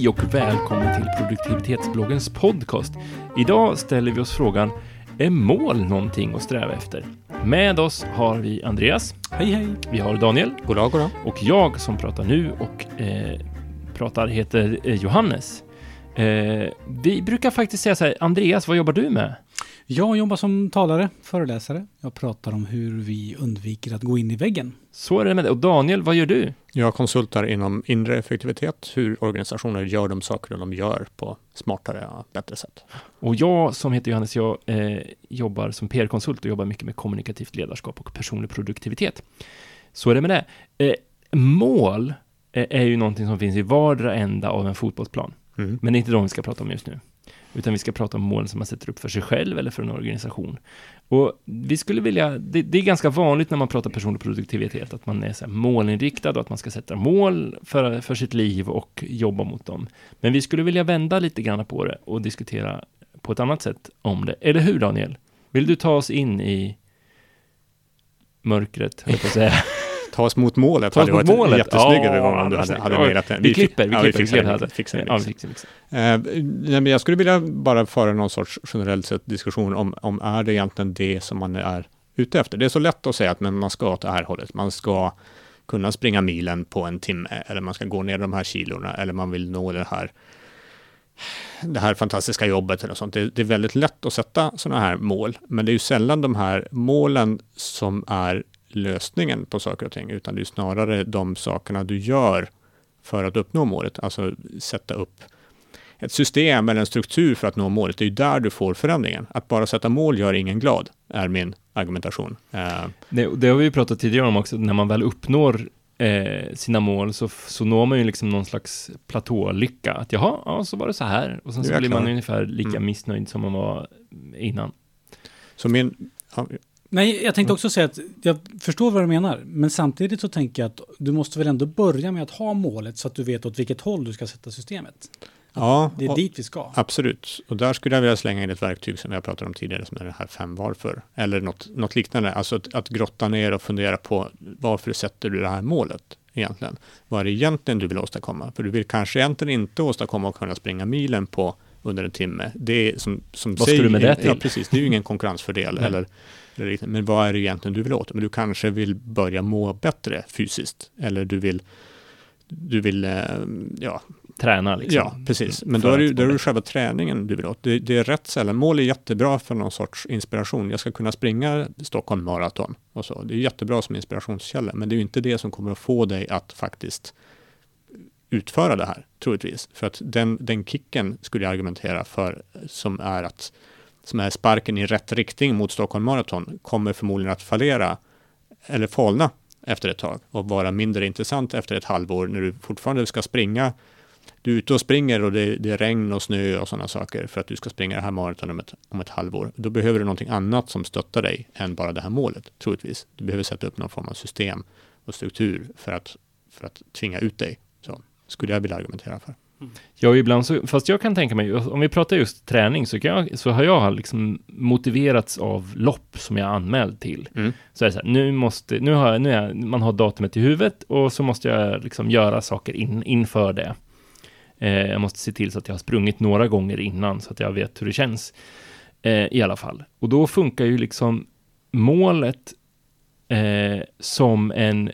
och välkommen till produktivitetsbloggens podcast. Idag ställer vi oss frågan, är mål någonting att sträva efter? Med oss har vi Andreas. Hej hej. Vi har Daniel. Goddag, goddag. Och jag som pratar nu och pratar heter Johannes. Vi brukar faktiskt säga så här, Andreas, vad jobbar du med? Jag jobbar som talare, föreläsare. Jag pratar om hur vi undviker att gå in i väggen. Så är det med det. Och Daniel, vad gör du? Jag konsultar inom inre effektivitet, hur organisationer gör de saker de gör på smartare och bättre sätt. Och jag som heter Johannes, jag jobbar som PR-konsult och jobbar mycket med kommunikativt ledarskap och personlig produktivitet. Så är det med det. Mål är ju någonting som finns i vardera ända av en fotbollsplan. Mm. Men det är inte de vi ska prata om just nu. Utan vi ska prata om mål som man sätter upp för sig själv eller för en organisation. Och vi skulle vilja, det är ganska vanligt när man pratar personlig produktivitet att man är så här målinriktad och att man ska sätta mål för sitt liv och jobba mot dem. Men vi skulle vilja vända lite grann på det och diskutera på ett annat sätt om det. Eller hur, Daniel? Vill du ta oss in i mörkret, höll jag på att säga? Ta oss mot målet. Ta oss mot målet. Jättesnygg övergång om du hade mejlat den. Vi klipper. Jag skulle vilja bara föra någon sorts generellt sett diskussion om är det egentligen det som man är ute efter. Det är så lätt att säga att men man ska åt det här hållet. Man ska kunna springa milen på en timme eller man ska gå ner de här kilorna eller man vill nå det här fantastiska jobbet eller sånt. Det är väldigt lätt att sätta sådana här mål, men det är ju sällan de här målen som är lösningen på saker och ting, utan det är snarare de sakerna du gör för att uppnå målet. Alltså sätta upp ett system eller en struktur för att nå målet. Det är ju där du får förändringen. Att bara sätta mål gör ingen glad, är min argumentation. Det har vi ju pratat tidigare om också. När man väl uppnår sina mål så når man ju liksom någon slags platålycka. Att så var det så här. Och sen så blir man ungefär lika missnöjd som man var innan. Så Nej, jag tänkte också säga att jag förstår vad du menar, men samtidigt så tänker jag att du måste väl ändå börja med att ha målet så att du vet åt vilket håll du ska sätta systemet. Ja, det är dit vi ska. Absolut. Och där skulle jag vilja slänga in ett verktyg som jag pratade om tidigare som är det här 5 varför. Eller något liknande. Alltså att grotta ner och fundera på varför sätter du det här målet egentligen. Vad är det egentligen du vill åstadkomma? För du vill kanske egentligen inte åstadkomma och kunna springa milen på under en timme. Det är som vad ska du med det till? Ja, precis. Det är ju ingen konkurrensfördel eller men vad är det egentligen du vill åt? Men du kanske vill börja må bättre fysiskt. Eller du vill träna liksom. Ja, precis. Men då är det själva träningen du vill åt. Det är rätt sällan. Mål är jättebra för någon sorts inspiration. Jag ska kunna springa Stockholm maraton och så. Det är jättebra som inspirationskälla. Men det är ju inte det som kommer att få dig att faktiskt utföra det här, troligtvis. För att den kicken skulle jag argumentera för som är sparken i rätt riktning mot Stockholm maraton kommer förmodligen att fallera eller falna efter ett tag och vara mindre intressant efter ett halvår när du fortfarande ska springa. Du är ute och springer och det är regn och snö och sådana saker för att du ska springa det här maraton om ett halvår. Då behöver du någonting annat som stöttar dig än bara det här målet, troligtvis. Du behöver sätta upp någon form av system och struktur för att tvinga ut dig. Så skulle jag vilja argumentera för. Ja, ibland så, fast jag kan tänka mig, om vi pratar just träning så har jag liksom motiverats av lopp som jag anmält till. Så är det så här, man har datumet i huvudet och så måste jag liksom göra saker inför det. Jag måste se till så att jag har sprungit några gånger innan så att jag vet hur det känns i alla fall. Och då funkar ju liksom målet som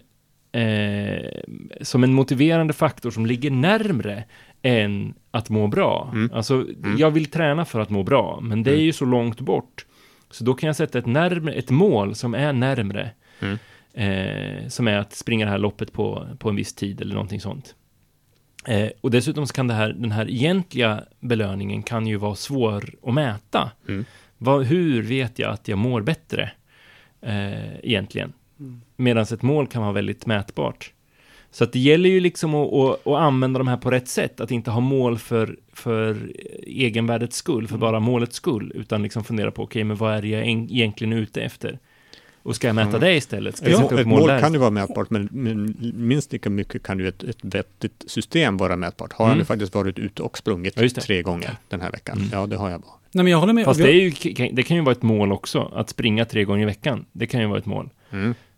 en motiverande faktor som ligger närmre än att må bra. Alltså, jag vill träna för att må bra, men det är ju så långt bort. Så då kan jag sätta ett mål som är närmre. Som är att springa det här loppet på en viss tid eller någonting sånt. Och dessutom så kan den här egentliga belöningen kan ju vara svår att mäta. Hur vet jag att jag mår bättre egentligen? Medan ett mål kan vara väldigt mätbart. Så att det gäller ju liksom att använda de här på rätt sätt. Att inte ha mål för egenvärdets skull, för bara målets skull. Utan liksom fundera på, men vad är det jag egentligen ute efter? Och ska jag mäta det istället? Ska jag sätta upp ett mål kan ju vara mätbart, men minst lika mycket kan ju ett vettigt system vara mätbart. Har han faktiskt varit ute och sprungit 3 gånger den här veckan? Ja, det har jag bara. Nej, men jag håller med. Fast det kan ju vara ett mål också. Att springa 3 gånger i veckan. Det kan ju vara ett mål.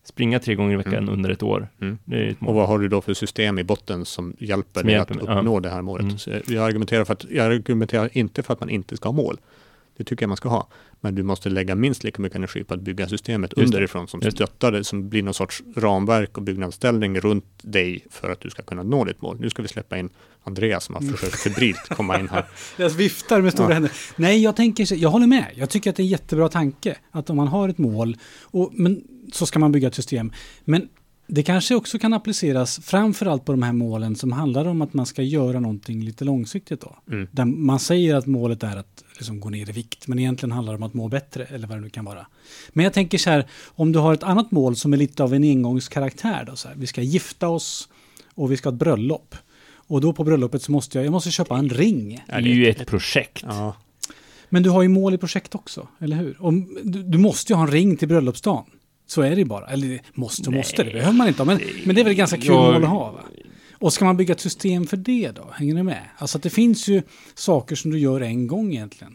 springa 3 gånger i veckan under ett år. Det är ett mål. Och vad har du då för system i botten som hjälper dig att uppnå det här målet? Så jag argumenterar inte för att man inte ska ha mål. Det tycker jag man ska ha. Men du måste lägga minst lika mycket energi på att bygga systemet underifrån som stöttar det, som blir någon sorts ramverk och byggnadsställning runt dig för att du ska kunna nå ditt mål. Nu ska vi släppa in Andreas som har försökt febrilt komma in här. Jag viftar med stora händer. Nej, jag håller med. Jag tycker att det är en jättebra tanke att om man har ett mål men så ska man bygga ett system. Men det kanske också kan appliceras framförallt på de här målen som handlar om att man ska göra någonting lite långsiktigt då. Där man säger att målet är att liksom gå ner i vikt, men egentligen handlar det om att må bättre eller vad det nu kan vara. Men jag tänker så här, om du har ett annat mål som är lite av en engångskaraktär då, så här, vi ska gifta oss och vi ska ha ett bröllop. Och då på bröllopet så måste jag måste köpa en ring. Det är ju ett projekt. Ja. Men du har ju mål i projekt också, eller hur? Du måste ju ha en ring till bröllopsdagen. Så är det ju bara. Eller måste, det behöver man inte ha. Men det är väl ganska kul mål att ha, va? Och ska man bygga ett system för det då? Hänger ni med? Alltså att det finns ju saker som du gör en gång egentligen.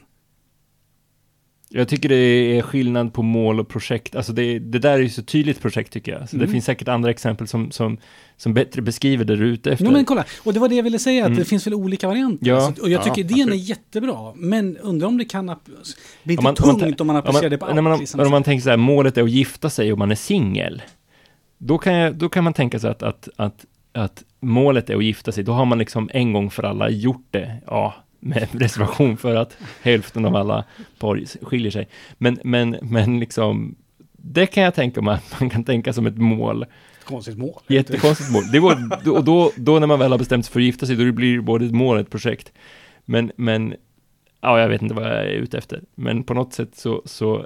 Jag tycker det är skillnad på mål och projekt. Alltså det där är ju så tydligt projekt tycker jag. Så det finns säkert andra exempel som bättre beskriver det du är ute efter. Ja, men kolla. Och det var det jag ville säga, att det finns väl olika varianter. Ja. Alltså, och jag tycker idén är jättebra. Men undrar om det kan bli inte tungt om man applicerar det på allt. Om man tänker så här, målet är att gifta sig och man är singel. Då kan man tänka sig att målet är att gifta sig. Då har man liksom en gång för alla gjort det. Ja, med reservation för att hälften av alla par skiljer sig. Men liksom, det kan jag tänka mig att man kan tänka som ett mål. Konstigt mål. Jättekonstigt mål. Och då när man väl har bestämt sig för att gifta sig, då blir det både ett mål och ett projekt. Men ja, jag vet inte vad jag är ute efter. Men på något sätt så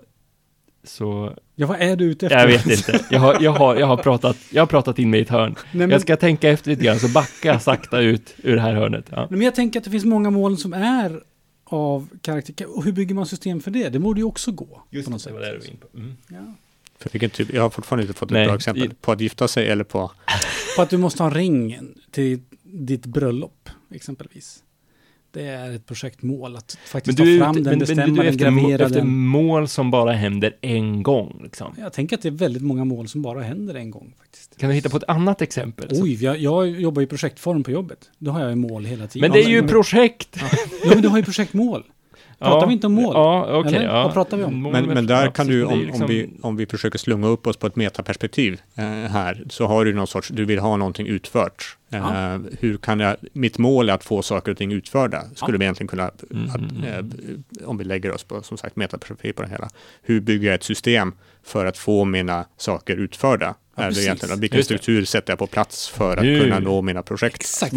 ja, vad är du ute efter? Jag vet inte. Jag har pratat in mig i ett hörn. Nej, jag ska tänka efter lite grann, så backa sakta ut ur det här hörnet. Ja. Men jag tänker att det finns många mål som är av karaktär. Och hur bygger man system för det? Det borde ju också gå. Just på något det, sätt. vad det är du in på. Ja. För vilken typ, jag har fortfarande inte fått ett bra exempel. På att gifta sig eller på... På att du måste ha en ring till ditt bröllop, exempelvis. Det är ett projektmål att faktiskt ta fram den, bestämma den, gravera efter mål som bara händer en gång. Liksom. Jag tänker att det är väldigt många mål som bara händer en gång. Faktiskt. Kan du hitta på ett annat exempel? Oj, jag jobbar i projektform på jobbet. Då har jag ju mål hela tiden. Men det är ju projekt! Ja, men du har ju projektmål. Pratar vi inte om mål? Ja, okej. Okay, vad pratar vi om? Men där kan du, om vi försöker slunga upp oss på ett metaperspektiv här, så har du någon sorts, du vill ha någonting utfört. Hur kan jag, mitt mål är att få saker och ting utförda. Skulle vi egentligen kunna, om vi lägger oss på, som sagt, metaperspektiv på det hela. Hur bygger jag ett system för att få mina saker utförda? Är det egentligen, vilken struktur sätter jag på plats för att kunna nå mina projekt? Exakt,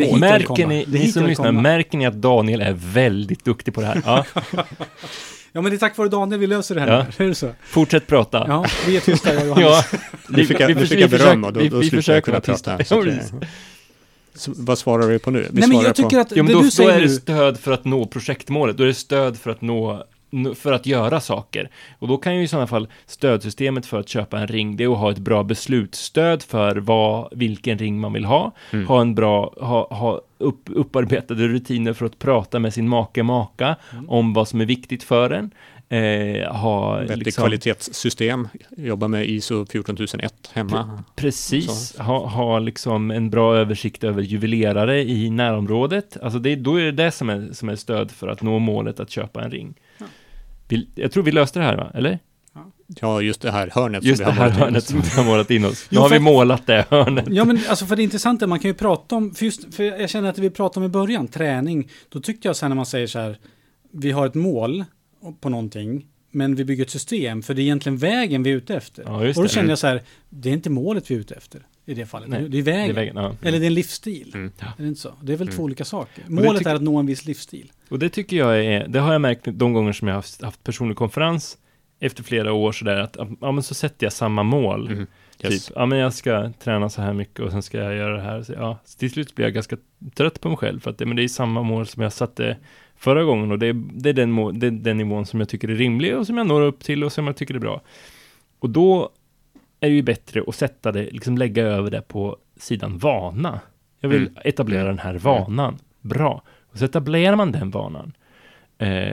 märker ni att Daniel är väldigt duktig på det här? Ja. Ja, men det är tack vare Daniel vi löser det här. Ja. Är det så? Fortsätt prata. Ja, vi är tysta, jag och Johannes. Nu fick jag beröm och då slutar jag kunna prata. Så vad svarar vi på nu? Jag tycker att då är det stöd för att nå projektmålet. Då är det stöd för att göra saker. Och då kan ju i sådana fall stödsystemet för att köpa en ring, det är att ha ett bra beslutsstöd för vilken ring man vill ha. Ha en bra, ha upparbetade rutiner för att prata med sin maka om vad som är viktigt för en. Vettig kvalitetssystem, jobba med ISO 14001 hemma. Precis, ha liksom en bra översikt över juvelerare i närområdet. Alltså då är det som är stöd för att nå målet att köpa en ring. Jag tror vi löste det här, va? Eller? Ja, just det här hörnet som vi har målat in oss. Nu har vi målat det hörnet. Ja, men alltså för det intressanta, man kan ju prata om, för jag känner att vi pratade om i början, träning. Då tyckte jag sen när man säger så här, vi har ett mål på någonting, men vi bygger ett system, för det är egentligen vägen vi är ute efter. Ja, och då känner jag så här, det är inte målet vi är ute efter i det fallet. Nej, det är vägen. Eller det är en livsstil. Är det inte så? Det är väl två olika saker. Målet är att nå en viss livsstil. Och det tycker jag det har jag märkt de gånger som jag har haft personlig konferens efter flera år så där att men så sätter jag samma mål. Yes. Typ, men jag ska träna så här mycket och sen ska jag göra det här. Så, till slut blir jag ganska trött på mig själv för att det är samma mål som jag satte förra gången och det är den nivån som jag tycker är rimlig och som jag når upp till och som jag tycker är bra. Och då är det ju bättre att sätta det, liksom lägga över det på sidan vana. Jag vill etablera den här vanan. Bra. Och så etablerar man den vanan.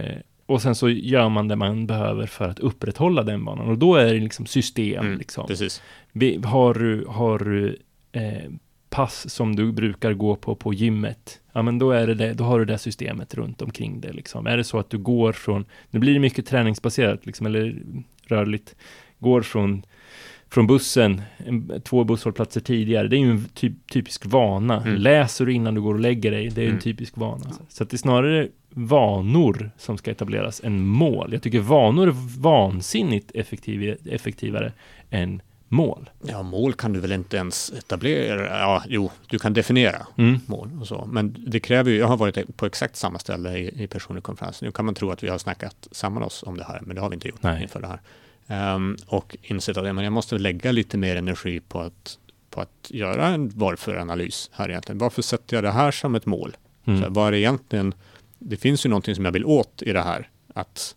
och sen så gör man det man behöver för att upprätthålla den vanan. Och då är det liksom system. Liksom. Precis. Har du pass som du brukar gå på gymmet, ja men då är det, då har du det systemet runt omkring det liksom. Är det så att du går från, nu blir det mycket träningsbaserat liksom, eller rörligt, går från bussen 2 busshållplatser tidigare, det är ju en typisk vana. Läser du innan du går och lägger dig, det är en typisk vana. Så att det är snarare vanor som ska etableras än mål. Jag tycker vanor är vansinnigt effektivare än mål. Ja, mål kan du väl inte ens etablera. Ja, jo, du kan definiera mål och så. Men det kräver ju, jag har varit på exakt samma ställe i personlig konferens. Nu kan man tro att vi har snackat samman oss om det här, men det har vi inte gjort inför det här. Och insett att jag måste lägga lite mer energi på att göra en varför-analys här egentligen. Varför sätter jag det här som ett mål? Så vad är det egentligen? Det finns ju någonting som jag vill åt i det här. Att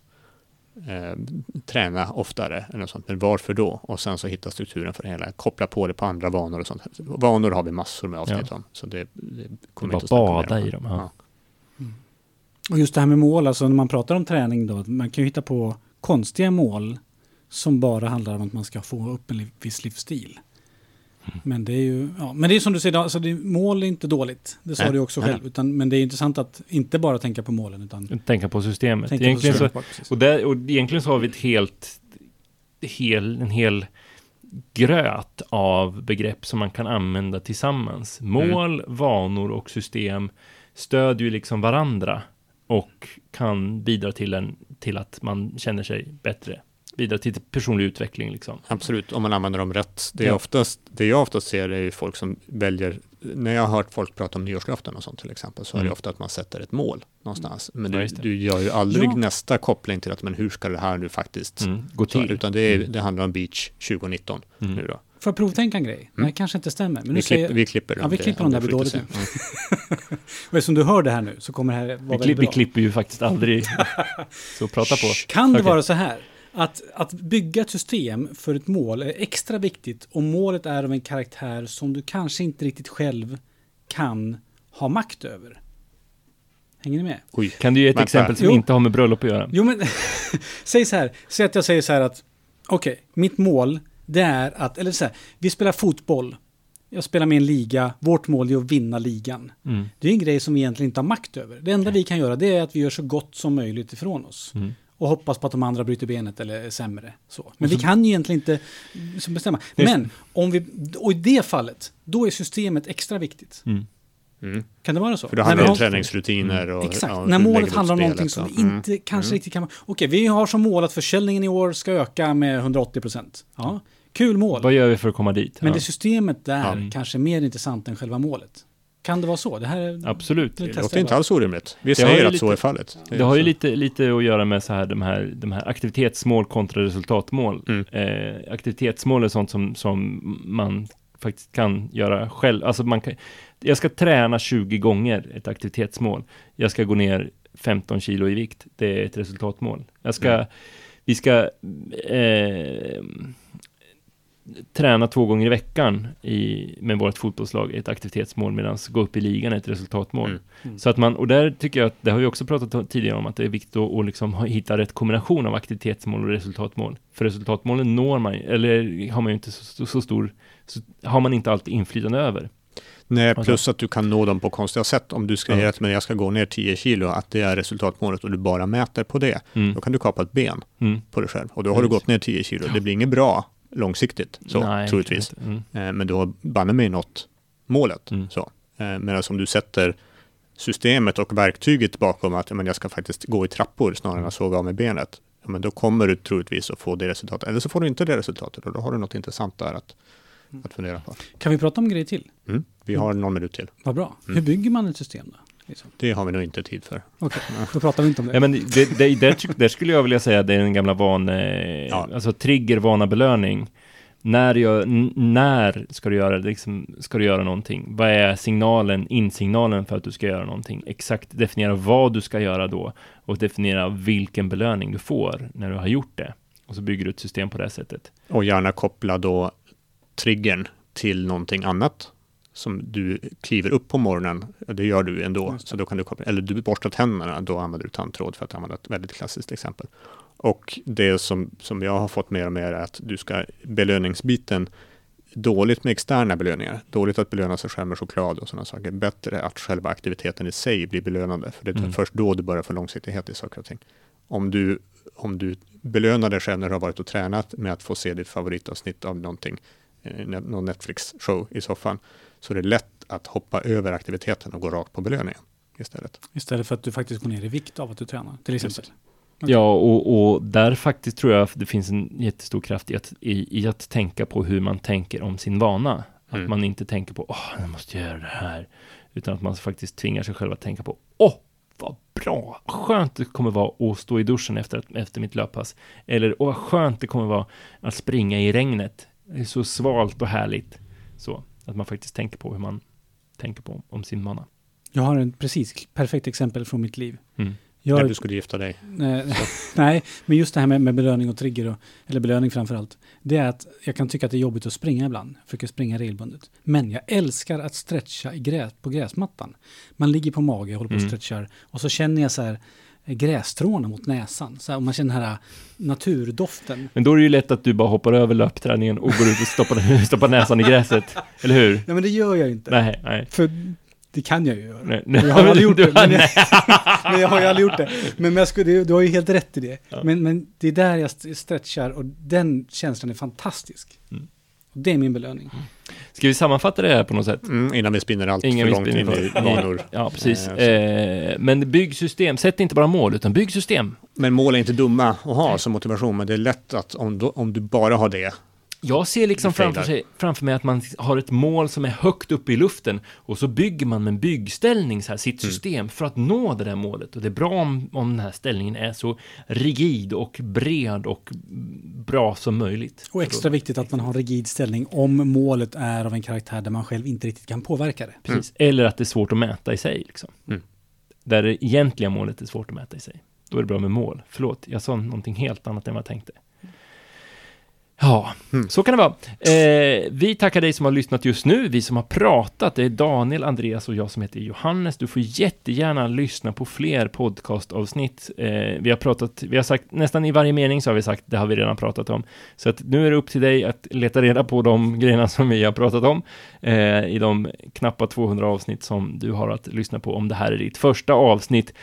träna oftare eller något sånt. Men varför då? Och sen så hitta strukturen för det hela. Koppla på det på andra vanor och sånt. Vanor har vi massor med avsnitt om. Så det kommer inte att bada i dem. Ja. Och just det här med mål, alltså när man pratar om träning då, man kan ju hitta på konstiga mål som bara handlar om att man ska få upp en viss livsstil. Men det är ju, men det är som du säger, alltså mål är inte dåligt. Det sa du också själv. Men det är intressant att inte bara tänka på målen utan tänka på systemet. Egentligen så har vi en hel gröt av begrepp som man kan använda tillsammans. Mål, vanor och system stödjer ju liksom varandra och kan bidra till att man känner sig bättre. Vidare till personlig utveckling liksom. Absolut, om man använder dem rätt. Det jag oftast ser är ju folk som väljer, när jag har hört folk prata om nyårslöften och sånt till exempel, så är det ofta att man sätter ett mål någonstans. Men du gör ju aldrig nästa koppling till att men hur ska det här nu faktiskt gå till? Så, utan det handlar om Beach 2019 nu då. Får jag provtänka en grej? Det kanske inte stämmer. Men vi klipper dem. Ja, vi klipper dem där vid dåligt. Och eftersom du hör det här nu så kommer det här vara väldigt bra. Vi klipper ju faktiskt aldrig så prata på. Kan det vara så här? Att bygga ett system för ett mål är extra viktigt om målet är av en karaktär som du kanske inte riktigt själv kan ha makt över. Hänger ni med? Kan du ge ett exempel som inte har med bröllop att göra? Jo, men säg att jag säger så här att okej, mitt mål det är att, eller så här, vi spelar fotboll. Jag spelar med en liga. Vårt mål är att vinna ligan. Det är en grej som vi egentligen inte har makt över. Det enda vi kan göra det är att vi gör så gott som möjligt ifrån oss. Och hoppas på att de andra bryter benet eller är sämre. Så. Men vi kan ju egentligen inte bestämma. Men och i det fallet, då är systemet extra viktigt. Kan det vara så? För då handlar det om träningsrutiner. Och, exakt, när målet handlar om någonting som vi inte kanske riktigt kan... Okej, vi har som mål att försäljningen i år ska öka med 180%. Ja, kul mål. Vad gör vi för att komma dit? Men det systemet där kanske är mer intressant än själva målet. Kan det vara så? Det här är, absolut. Det låter inte alls orimligt. Vi säger att så är fallet. Det har ju lite att göra med så här de här aktivitetsmål kontra resultatmål. Aktivitetsmål är sånt som man faktiskt kan göra själv. Alltså jag ska träna 20 gånger ett aktivitetsmål. Jag ska gå ner 15 kilo i vikt. Det är ett resultatmål. Vi ska träna 2 gånger i veckan med vårt fotbollslag, ett aktivitetsmål, medan gå upp i ligan är ett resultatmål. Så att och där tycker jag att, det har vi också pratat tidigare om, att det är viktigt att liksom hitta rätt kombination av aktivitetsmål och resultatmål. För resultatmålen når man, eller har man ju inte så stor, så har man inte alltid inflytande över. Nej, plus att du kan nå dem på konstiga sätt. Om du skriver att jag ska gå ner 10 kilo, att det är resultatmålet och du bara mäter på det, då kan du kapa ett ben på dig själv. Och då har du gått ner 10 kilo. Det blir inget bra långsiktigt, troligtvis. Men du har banne mig nått målet. Medan om du sätter systemet och verktyget bakom att jag ska faktiskt gå i trappor snarare än att såga av med benet, men då kommer du troligtvis att få det resultatet. Eller så får du inte det resultatet, och då har du något intressant där att fundera på. Kan vi prata om grejer till? Vi har någon minut till. Vad bra. Hur bygger man ett system då? Det har vi nog inte tid för. Okej, då pratar vi inte om det. Ja, men där skulle jag vilja säga att det är en gamla alltså trigger, vana, belöning. När ska du göra det? Liksom, ska du göra någonting? Vad är insignalen för att du ska göra någonting? Exakt definiera vad du ska göra då och definiera vilken belöning du får när du har gjort det. Och så bygger du ett system på det sättet. Och gärna koppla då triggern till någonting annat som du kliver upp på morgonen, det gör du ändå, så då kan du koppla, eller du borstar tänderna, då använder du tandtråd, för att använda ett väldigt klassiskt exempel. Och det som jag har fått mer och mer är att du ska belöningsbiten, dåligt med externa belöningar, dåligt att belöna sig själv med choklad och sådana saker, bättre att själva aktiviteten i sig blir belönande, för det är först då du börjar få långsiktighet i saker och ting. Om du belönar dig själv när du har varit och tränat med att få se ditt favoritavsnitt av någonting, någon Netflix-show i soffan, så är det lätt att hoppa över aktiviteten och gå rakt på belöningen istället. Istället för att du faktiskt går ner i vikt av att du tränar, till exempel. Okay. Ja, och där faktiskt tror jag att det finns en jättestor kraft i att tänka på hur man tänker om sin vana. Att man inte tänker på, jag måste göra det här. Utan att man faktiskt tvingar sig själv att tänka på, vad bra, skönt det kommer vara att stå i duschen efter mitt löppass. Eller, vad skönt det kommer vara att springa i regnet. Det är så svalt och härligt. Så, att man faktiskt tänker på hur man tänker på om sin vana. Jag har en perfekt exempel från mitt liv. När du skulle gifta dig. Nej, men just det här med belöning och trigger, eller belöning framförallt, det är att jag kan tycka att det är jobbigt att springa ibland. Jag försöker springa regelbundet. Men jag älskar att stretcha på gräsmattan. Man ligger på mage och håller på och stretchar. Och så känner jag så här grässtråna mot näsan. Så här, och man känner den här naturdoften. Men då är det ju lätt att du bara hoppar över löpträningen och går ut och stoppar näsan i gräset. Eller hur? Nej, men det gör jag inte. Nej. För det kan jag ju göra. Nej. Jag har aldrig gjort det. Men jag har ju aldrig gjort det. Men du har ju helt rätt i det. Ja. Men det är där jag stretchar och den känslan är fantastisk. Och det är min belöning. Ska vi sammanfatta det här på något sätt? Innan vi spinner allt för långt in i vanor. Ja, precis. Men byggsystem, sätt inte bara mål utan byggsystem. Men mål är inte dumma att ha som motivation, men det är lätt att om du bara har det. Jag ser liksom framför mig att man har ett mål som är högt uppe i luften och så bygger man med en byggställning så här, sitt system för att nå det där målet. Och det är bra om den här ställningen är så rigid och bred och bra som möjligt. Och extra viktigt att man har en rigid ställning om målet är av en karaktär där man själv inte riktigt kan påverka det. Precis. Eller att det är svårt att mäta i sig. Liksom. Där det egentliga målet är svårt att mäta i sig. Då är det bra med mål. Förlåt, jag sa någonting helt annat än vad jag tänkte. Ja, så kan det vara. Vi tackar dig som har lyssnat just nu. Vi som har pratat, det är Daniel, Andreas och jag som heter Johannes. Du får jättegärna lyssna på fler podcastavsnitt. Vi har sagt, nästan i varje mening så har vi sagt, det har vi redan pratat om. Så att nu är det upp till dig att leta reda på de grejerna som vi har pratat om. I de knappa 200 avsnitt som du har att lyssna på, om det här är ditt första avsnitt.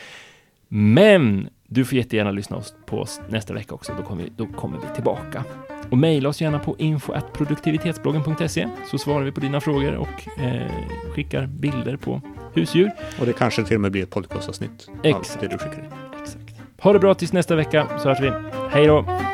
Men du får jättegärna lyssna på oss nästa vecka också. Då kommer vi tillbaka. Och mejla oss gärna på info@produktivitetsbloggen.se, så svarar vi på dina frågor och skickar bilder på husdjur. Och det kanske till och med blir ett podcastavsnitt. Exakt. Det du skickar in. Exakt. Ha det bra tills nästa vecka, så hörs vi. Hej då!